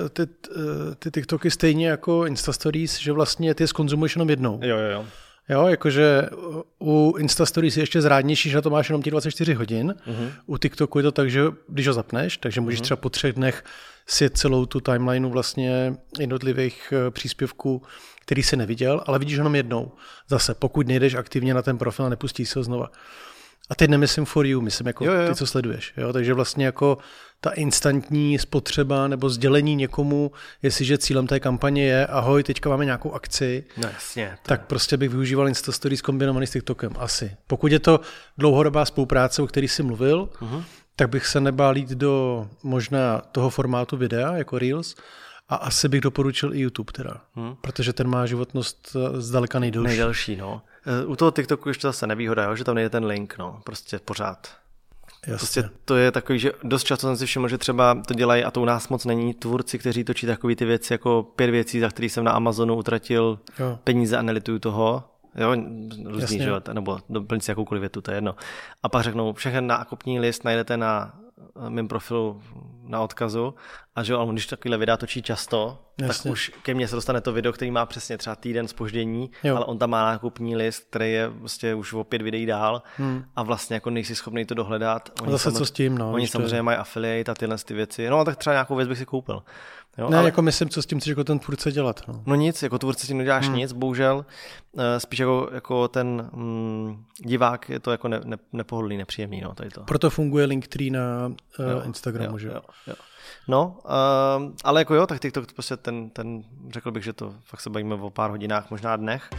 ty TikToky stejně jako Instastories, že vlastně ty zkonzumuješ jenom jednou. Jo. Jo, jakože u Instastories je ještě zrádnější, že na to máš jenom těch 24 hodin. U TikToku je to tak, že když ho zapneš, takže můžeš třeba po 3 dnech sjet celou tu timelineu vlastně jednotlivých příspěvků, který jsi neviděl, ale vidíš jenom jednou. Zase, pokud nejdeš aktivně na ten profil a nepustíš se ho znova. A teď nemyslím for you, myslím jako ty, co sleduješ. Jo? Takže vlastně jako ta instantní spotřeba nebo sdělení někomu, jestliže cílem té kampaně je ahoj, teďka máme nějakou akci, no jasně, tak prostě bych využíval Instastories kombinovaný s TikTokem. Asi. Pokud je to dlouhodobá spolupráce, o který jsi mluvil, tak bych se nebál jít do možná toho formátu videa, jako Reels, a asi bych doporučil i YouTube teda, protože ten má životnost zdaleka nejdelší. Nejdelší, no. U toho TikToku ještě zase nevýhoda, jo, že tam nejde ten link, no, prostě pořád. Jasně. Prostě to je takový, že dost často jsem si všiml, že třeba to dělají, a to u nás moc není, tvůrci, kteří točí takový ty věci, jako 5 věcí, za který jsem na Amazonu utratil peníze a nelituju toho, jo, různý, že jo, nebo doplň si jakoukoliv větu, to je jedno. A pak řeknou, všechen nákupní list najdete na mém profilu na odkazu a že on, když takovýhle videa točí často, tak už ke mně se dostane to video, který má přesně třeba týden zpoždění, ale on tam má nákupní list, který je vlastně už o 5 videí dál a vlastně jako nejsi schopný to dohledat. Oni zase co s tím, no. Oni samozřejmě mají affiliate a tyhle ty věci. No tak třeba nějakou věc bych si koupil. Jo? Ne, ale jako myslím, co s tím chceš jako ten tvůrce dělat. No nic, jako tvůrce s tím neděláš nic, bohužel. Spíš jako ten divák je to jako nepohodlný, nepříjemný. No, tady to. Proto funguje Linktree na Instagramu, že? Jo. No, ale jako jo, tak TikTok prostě ten, řekl bych, že to fakt se bavíme o pár hodinách, možná dnech.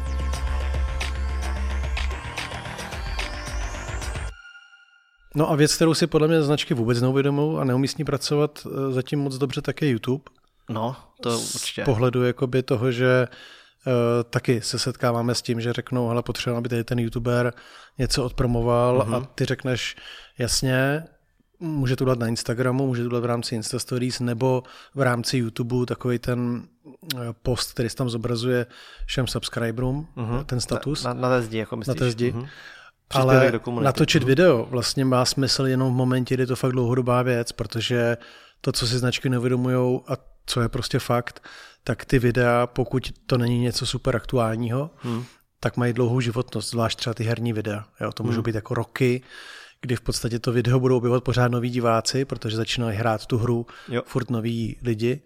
No a věc, kterou si podle mě značky vůbec neuvědomují a neumí s ní pracovat zatím moc dobře, tak je YouTube. No, to určitě. Z pohledu jakoby toho, že taky se setkáváme s tím, že řeknou, hele, potřebujeme, aby tady ten YouTuber něco odpromoval a ty řekneš, jasně, může to dát na Instagramu, může to dát v rámci Insta Stories nebo v rámci YouTube takový ten post, který se tam zobrazuje všem subscriberům, ten status. Na té zdi, jako myslíš. Na té zdi. Ale natočit video vlastně má smysl jenom v momentě, kdy je to fakt dlouhodobá věc, protože to, co si značky neuvědomujou a co je prostě fakt, tak ty videa, pokud to není něco super aktuálního, tak mají dlouhou životnost, zvlášť třeba ty herní videa. Jo, to můžou být jako roky, kdy v podstatě to video budou objevovat pořád noví diváci, protože začínají hrát tu hru furt noví lidi.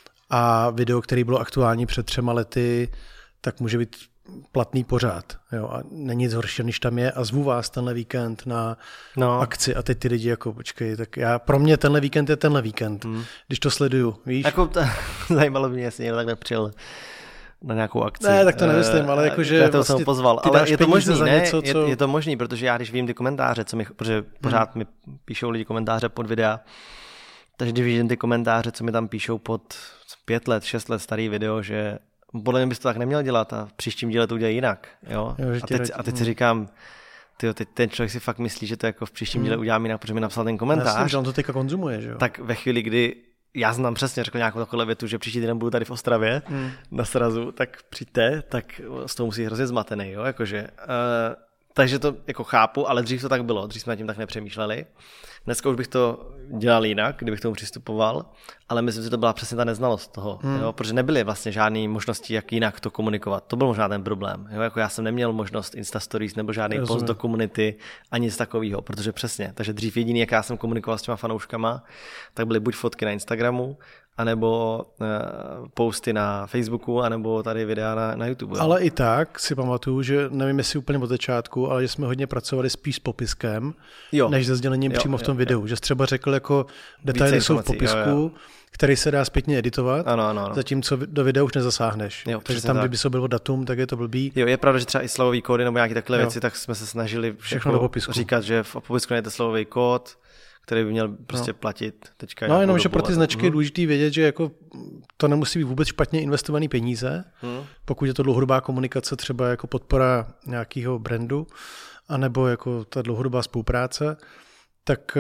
A video, který bylo aktuální před 3 lety, tak může být platný pořád. Jo, a není nic horšího, než tam je a zvu vás tenhle víkend na akci a teď ty lidi jako počkej, tak pro mě tenhle víkend je tenhle víkend, když to sleduju, víš? Jako zajímalo mě, jestli někdo takhle přijel na nějakou akci. Ne, tak to nemyslím, ale jakože vlastně jsem pozval. Ale je to možný, ne? Je to možný, protože já když vím ty komentáře, protože pořád mi píšou lidi komentáře pod videa, takže když vidím ty komentáře, co mi tam píšou pod 5 let, 6 let starý video, že podle mě bys to tak neměl dělat a v příštím díle to udělají jinak. Jo? A teď si říkám, teď ten člověk si fakt myslí, že to jako v příštím díle udělám jinak, protože mi napsal ten komentář. Myslím, že on to teďka konzumuje, že jo? Tak ve chvíli, kdy já jsem tam přesně řekl nějakou takovou větu, že příští týden budu tady v Ostravě na srazu, tak přijďte, tak z toho musí hrozně zmatený, jo, jakože. Takže to jako chápu, ale dřív to tak bylo, dřív jsme nad tím tak nepřemýšleli. Dneska už bych to dělal jinak, kdybych tomu přistupoval, ale myslím, že to byla přesně ta neznalost toho, jo? Protože nebyly vlastně žádné možnosti, jak jinak to komunikovat. To byl možná ten problém. Jo? Jako já jsem neměl možnost Insta Stories nebo žádný post do komunity, ani nic takového, protože přesně. Takže dřív jediný, jak já jsem komunikoval s těma fanouškama, tak byly buď fotky na Instagramu, anebo posty na Facebooku, anebo tady videa na YouTube. Jo? Ale i tak si pamatuju, že nevím, jestli úplně od začátku, ale že jsme hodně pracovali spíš s popiskem, než se sdělením přímo v tom videu. Že jsi třeba řekl, jako detaily jsou v popisku, který se dá zpětně editovat, zatímco do videa už nezasáhneš. Takže tam, kdyby se bylo datum, tak je to blbý. Jo, je pravda, že třeba i slovový kódy nebo nějaké takové věci, tak jsme se snažili všechno do popisku říkat, že v popisku najde slovový kód, který by měl prostě platit teďka. No jenom, že pro ty značky je důležité vědět, že jako to nemusí být vůbec špatně investovaný peníze, pokud je to dlouhodobá komunikace, třeba jako podpora nějakého brandu, anebo jako ta dlouhodobá spolupráce, tak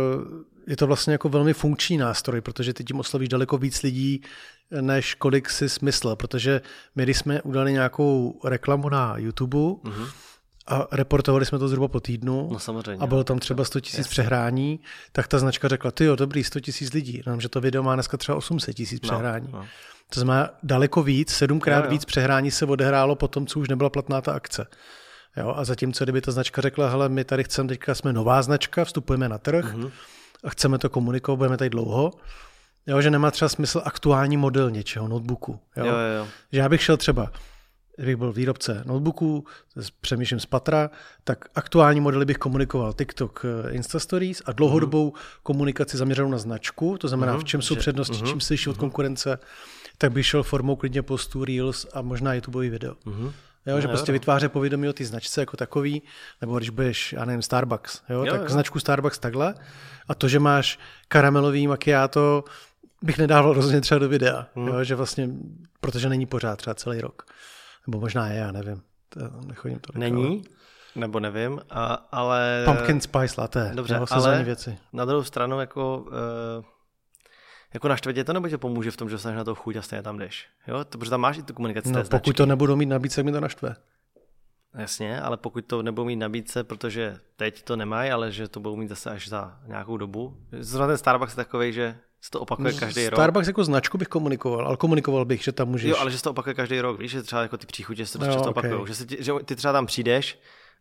je to vlastně jako velmi funkční nástroj, protože ty tím oslovíš daleko víc lidí, než kolik si smysl, protože my, když jsme udali nějakou reklamu na YouTube, a reportovali jsme to zhruba po týdnu a bylo tam třeba 100 000 přehrání, tak ta značka řekla, tyjo, dobrý, 100 000 lidí, že to video má dneska třeba 800 000 přehrání. To znamená daleko víc, 7krát víc přehrání se odehrálo po tom, co už nebyla platná ta akce. Jo, a zatímco, kdyby ta značka řekla, hele, my tady chceme, teďka jsme nová značka, vstupujeme na trh a chceme to komunikovat, budeme tady dlouho, jo, že nemá třeba smysl aktuální model něčeho, notebooku. Jo? Že já bych šel třeba, kdybych byl výrobce notebooků, přemýšlím z patra, tak aktuální modely bych komunikoval TikTok, Insta Stories a dlouhodobou komunikaci zaměřenou na značku, to znamená, v čem jsou přednosti, čím se liší od konkurence, tak bych šel formou klidně postů, Reels a možná YouTubeový video. Jo, že prostě vytváře povědomí o ty značce jako takový, nebo když budeš, já nevím, Starbucks, tak značku Starbucks takhle a to, že máš karamelový macchiato, bych nedával rozhodně třeba do videa, jo, že vlastně, protože není pořád třeba celý rok. Nebo možná je, já nevím. Nechodím to není, nebo nevím, ale... Pumpkin spice latte. Dobře, ale věci. Na druhou stranu jako naštve tě to, nebo tě pomůže v tom, že dostaneš na to chuť a stejně tam jdeš. Jo? Protože tam máš i tu komunikaci té značky. Pokud to nebudou mít nabídce, mi to naštve. Jasně, ale pokud to nebudou mít nabídce, protože teď to nemají, ale že to budou mít zase až za nějakou dobu. Zrovna ten Starbucks je takovej, že se to opakuje každý rok. Starbucks jako značku bych komunikoval, ale komunikoval bych, že tam můžeš. Jo, ale že se to opakuje každý rok, víš, že třeba jako ty příchutě se dost často opakujou, že ty třeba tam přijdeš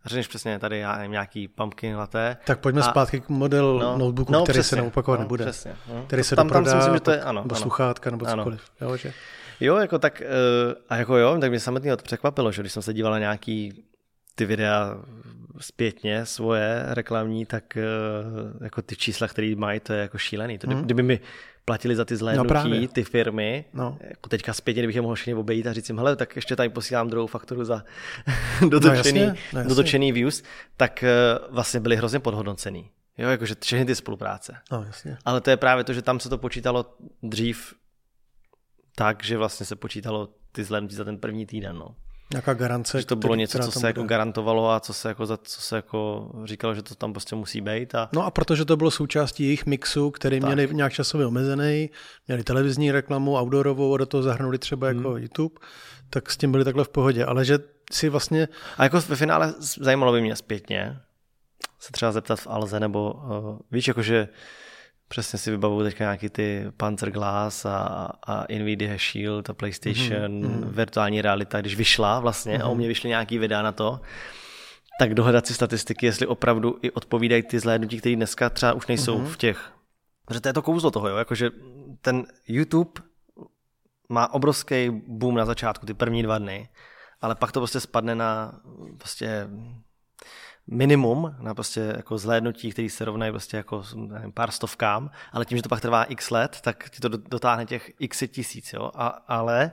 řekneš přesně tady já nevím, nějaký pumpkin latte. Tak pojďme zpátky k model notebooku, který se neopakovat nebude. Přesně, který se doprodá, tam si myslím, že to je, nebo sluchátka, nebo cokoliv. Jo, jako tak, a jako jo, tak mě samotného to překvapilo, že když jsem se díval na nějaký ty videa zpětně svoje reklamní, tak jako ty čísla, které mají, to je jako šílený. To, kdyby mi platili za ty zhlédnutí, ty firmy, jako teďka zpětně, kdybych je mohl všechny obejít a říct jim, hele, tak ještě tady posílám druhou fakturu za dotočený views, tak vlastně byly hrozně podhodnocený. Jo, jakože všechny ty spolupráce. Jasně. Ale to je právě to, že tam se to počítalo dřív tak, že vlastně se počítalo ty zhlédnutí za ten první týden, no. Nějaká garance. Že to bylo něco, co se jako garantovalo a co se jako říkalo, že to tam prostě musí být. No a protože to bylo součástí jejich mixu, který měli nějak časově omezený, měli televizní reklamu, outdoorovou a do toho zahrnuli třeba jako YouTube, tak s tím byli takhle v pohodě. Ale že si vlastně... A jako ve finále zajímalo by mě zpětně se třeba zeptat v Alze, nebo víš, jakože přesně si vybavuju teďka nějaký ty Panzerglass a Nvidia Shield a PlayStation, virtuální realita, když vyšla vlastně a u mě vyšly nějaký videa na to, tak dohledat si statistiky, jestli opravdu i odpovídají ty zhlédnutí, které dneska třeba už nejsou v těch. Protože to je to kouzlo toho, jo? Jakože ten YouTube má obrovský boom na začátku, ty první 2 dny, ale pak to prostě spadne na prostě minimum, na prostě jako zhlédnutí, který se rovnají prostě jako nevím, pár stovkám, ale tím, že to pak trvá x let, tak ti to dotáhne těch x tisíc, jo, ale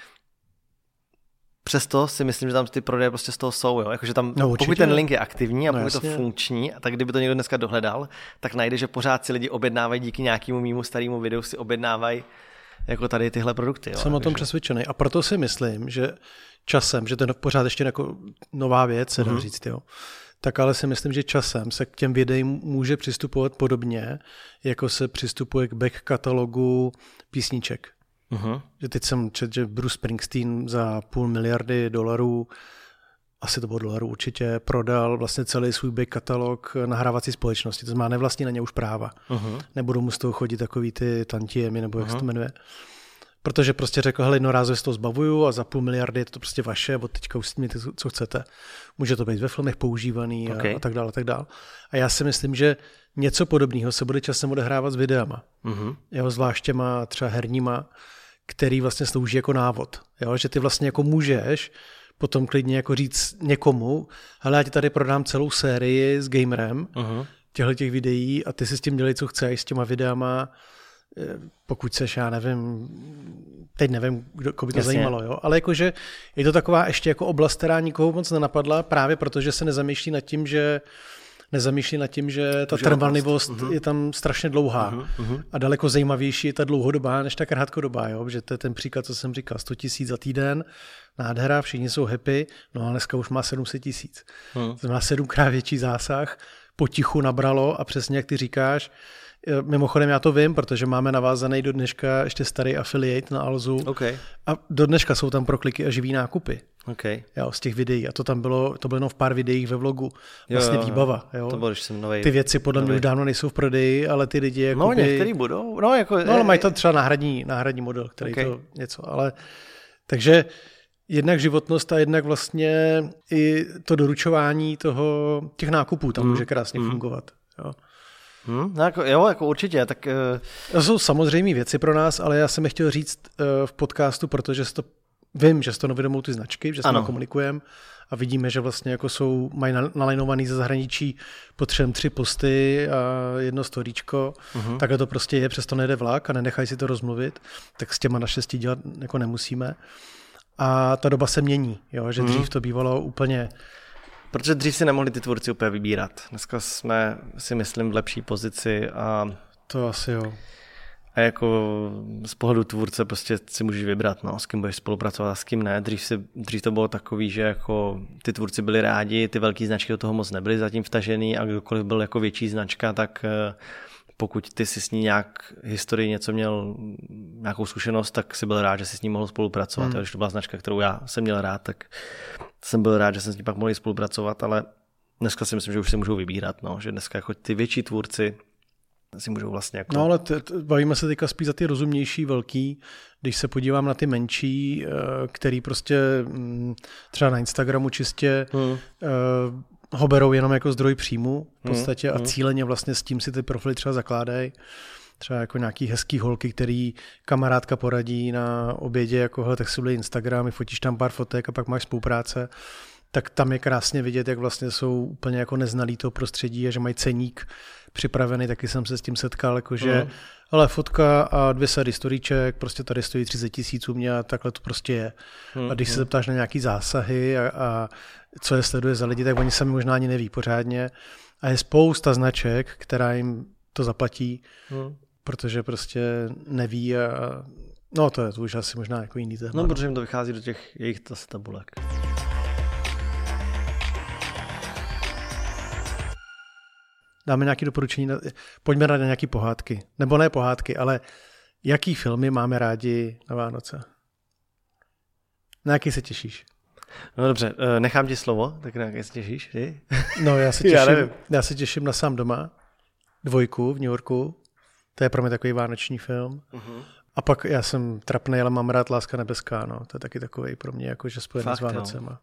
přesto si myslím, že tam ty prodeje prostě z toho jsou, jo, jakože tam, pokud ten link je aktivní a pokud to funkční, tak kdyby to někdo dneska dohledal, tak najde, že pořád si lidi objednávají díky nějakému mému starému videu si objednávají jako tady tyhle produkty. Jo, jsem o tom přesvědčený a proto si myslím, že časem, že to je pořád ještě jako nová věc, se dá říct, jo, tak ale si myslím, že časem se k těm videím může přistupovat podobně, jako se přistupuje k back katalogu písniček. Že teď jsem četl, že Bruce Springsteen za $500 miliardy, asi to bylo dolarů určitě, prodal vlastně celý svůj back katalog nahrávací společnosti. To znamená, nevlastní na ně už práva. Nebudou mu z toho chodit takový ty tantiemy, nebo jak se to jmenuje. Protože prostě řekl, hele, jednorázově se to zbavuju a za $500 miliardy je to prostě vaše, od teďka už mějte, co chcete. Může to být ve filmech používaný a tak dále, a tak dále. A já si myslím, že něco podobného se bude časem odehrávat s videama. Jo, zvláště má třeba herníma, který vlastně slouží jako návod. Jo, že ty vlastně jako můžeš potom klidně jako říct někomu, hele, já ti tady prodám celou sérii s gamerem těch videí a ty si s tím dělej, co chceš, s těma videama, pokud seš, já nevím, teď nevím, koho by to zajímalo, jo? Ale jakože je to taková ještě jako oblast, která nikoho moc nenapadla, právě protože se nezamýšlí nad tím, že ta trvanlivost je tam strašně dlouhá a daleko zajímavější je ta dlouhodobá, než ta krátkodobá, jo? Že to je ten příklad, co jsem říkal, 100 000 za týden, nádhera, všichni jsou happy, no a dneska už má 700 000. To znamená 7krát větší zásah, potichu nabralo a přesně jak ty říkáš, mimochodem já to vím, protože máme navázaný do dneška ještě starý affiliate na Alzu a do dneška jsou tam prokliky a živý nákupy. Jo, z těch videí a to bylo jenom v pár videích ve vlogu. Vlastně výbava. Jo. To bylo, když jsem novej, ty věci podle mě už dávno nejsou v prodeji, ale ty lidi No některý budou. No ale mají tam třeba náhradní model, který to něco, ale takže jednak životnost a jednak vlastně i to doručování těch nákupů tam může krásně fungovat. Jo. Jako určitě. Tak, To jsou samozřejmé věci pro nás, ale já jsem je chtěl říct v podcastu, protože vím, že s to nevědomou ty značky, že s nimi komunikujeme a vidíme, že vlastně jako mají nalajnovaný ze zahraničí potřebujeme 3 posty a 1 storíčko. Takhle to prostě je, přesto nejde vlak a nenechají si to rozmluvit, tak s těma naštěstí dělat jako nemusíme. A ta doba se mění, jo? Že dřív to bývalo úplně... Protože dřív si nemohli ty tvůrci úplně vybírat. Dneska jsme, si myslím, v lepší pozici a... To asi jo. A jako z pohledu tvůrce prostě si můžeš vybrat, no, s kým budeš spolupracovat a s kým ne. Dřív to bylo takový, že jako ty tvůrci byli rádi, ty velký značky do toho moc nebyly zatím vtažený a kdokoliv byl jako větší značka, tak pokud ty si s ní nějak historii něco měl, nějakou zkušenost, tak si byl rád, že si s ní mohl spolupracovat. Když to byla značka, kterou já jsem měl rád, tak jsem byl rád, že jsem s ní pak mohl spolupracovat, ale dneska si myslím, že už si můžou vybírat, no, že dneska jako ty větší tvůrci si můžou vlastně jako... No ale bavíme se teďka spíš za ty rozumnější, velký, když se podívám na ty menší, který prostě třeba na Instagramu čistě ho berou jenom jako zdroj příjmu v podstatě a cíleně vlastně s tím si ty profily třeba zakládají. Třeba jako nějaký hezký holky, který kamarádka poradí na obědě, jako hele, tak si udělej Instagram, fotíš tam pár fotek a pak máš spolupráce. Tak tam je krásně vidět, jak vlastně jsou úplně jako neznalý toho prostředí a že mají ceník připravený, taky jsem se s tím setkal, jakože ale fotka a 2 sady storíček, prostě tady stojí 30 000 u mě a takhle to prostě je. A když se zeptáš na nějaký zásahy a co je sleduje za lidi, tak oni sami možná ani neví pořádně. A je spousta značek, která jim to zaplatí, protože prostě neví a no to je to už asi možná jako jiný téma. No, protože jim to vychází do těch jejich tabulek. Dáme nějaké doporučení, pojďme na nějaké pohádky. Nebo ne pohádky, ale jaký filmy máme rádi na Vánoce? Na jaký se těšíš? No dobře, nechám ti slovo, tak na jaký se těšíš ty? No já se těším na Sám doma, 2 v New Yorku, to je pro mě takový vánoční film. A pak já jsem trapnej, ale mám rád Láska nebeská, no. To je taky takový pro mě jakože spojený s Vánocema.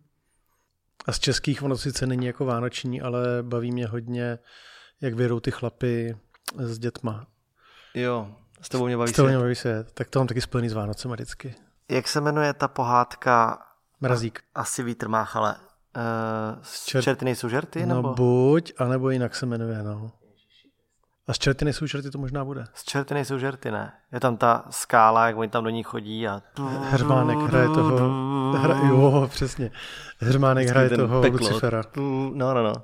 A z českých ono sice není jako vánoční, ale baví mě hodně, jak vědou ty chlapy s dětma. Jo, s tebou mě baví svět. Tak to mám taky spojený s Vánocema vždycky. Jak se jmenuje ta pohádka? Mrazík. Asi vítr máchale. Čerty nejsou žerty? No nebo? buď, anebo jinak se jmenuje, no. A z Čerty nejsou žerty to možná bude. Z Čerty nejsou žerty, ne. Je tam ta skála, jak oni tam do ní chodí a... Hermánek hraje toho... Jo, přesně. Hermánek hraje toho Lucifera. No.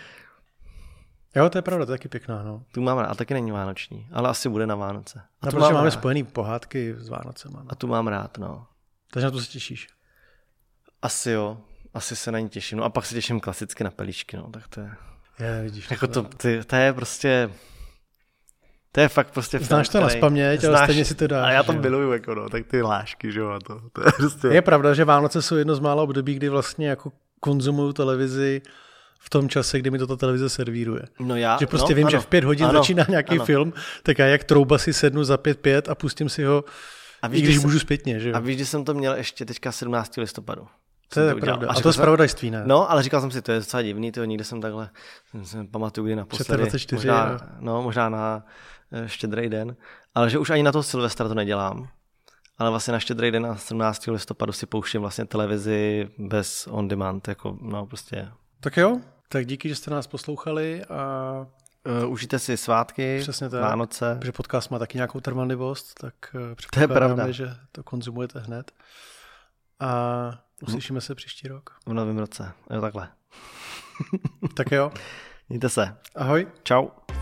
Jo, to je pravda, to je taky pěkná, no. Tu máme, a taky není vánoční, ale asi bude na Vánoce. A protože máme spojený pohádky s Vánocema. No. A tu mám rád, no. Takže na to se těšíš? Asi jo, asi se na ní těším. No a pak se těším klasicky na Pelíšky, no, tak to je... Vidíš. Jako to je prostě... To je fakt prostě... Znáš to nazpaměť, ale stejně si to dáš. A já to miluju, jako no, tak ty lášky, že jo, a to je prostě... Je pravda, že Vánoce jsou jedno z mála období, kdy vlastně jako konzumuju televizi v tom čase, kdy mi to ta televize servíruje. No já, že prostě vím, že v 5 hodin začíná nějaký film, tak já jak trouba si sednu za 5 a pustím si ho, i když můžu zpětně. Že jo? A víš, že jsem to měl ještě teďka 17. listopadu. To je pravda. A to je zpravodajství, ne? No, ale říkal jsem si, to je docela divný, nikde jsem takhle, pamatuju, kdy naposledy. 24, možná na Štědrý den, ale že už ani na toho Silvestra to nedělám. Ale vlastně na Štědrý den a 17. listopadu si pouštím vlastně televizi bez on demand, jako no prostě. Tak jo, tak díky, že jste nás poslouchali a užijte si svátky, přesně tak, Vánoce. Protože podcast má taky nějakou trvanlivost, tak předpokládáme, že to konzumujete hned. A uslyšíme se příští rok. V novém roce, jo takhle. Tak jo. Mějte se. Ahoj. Čau.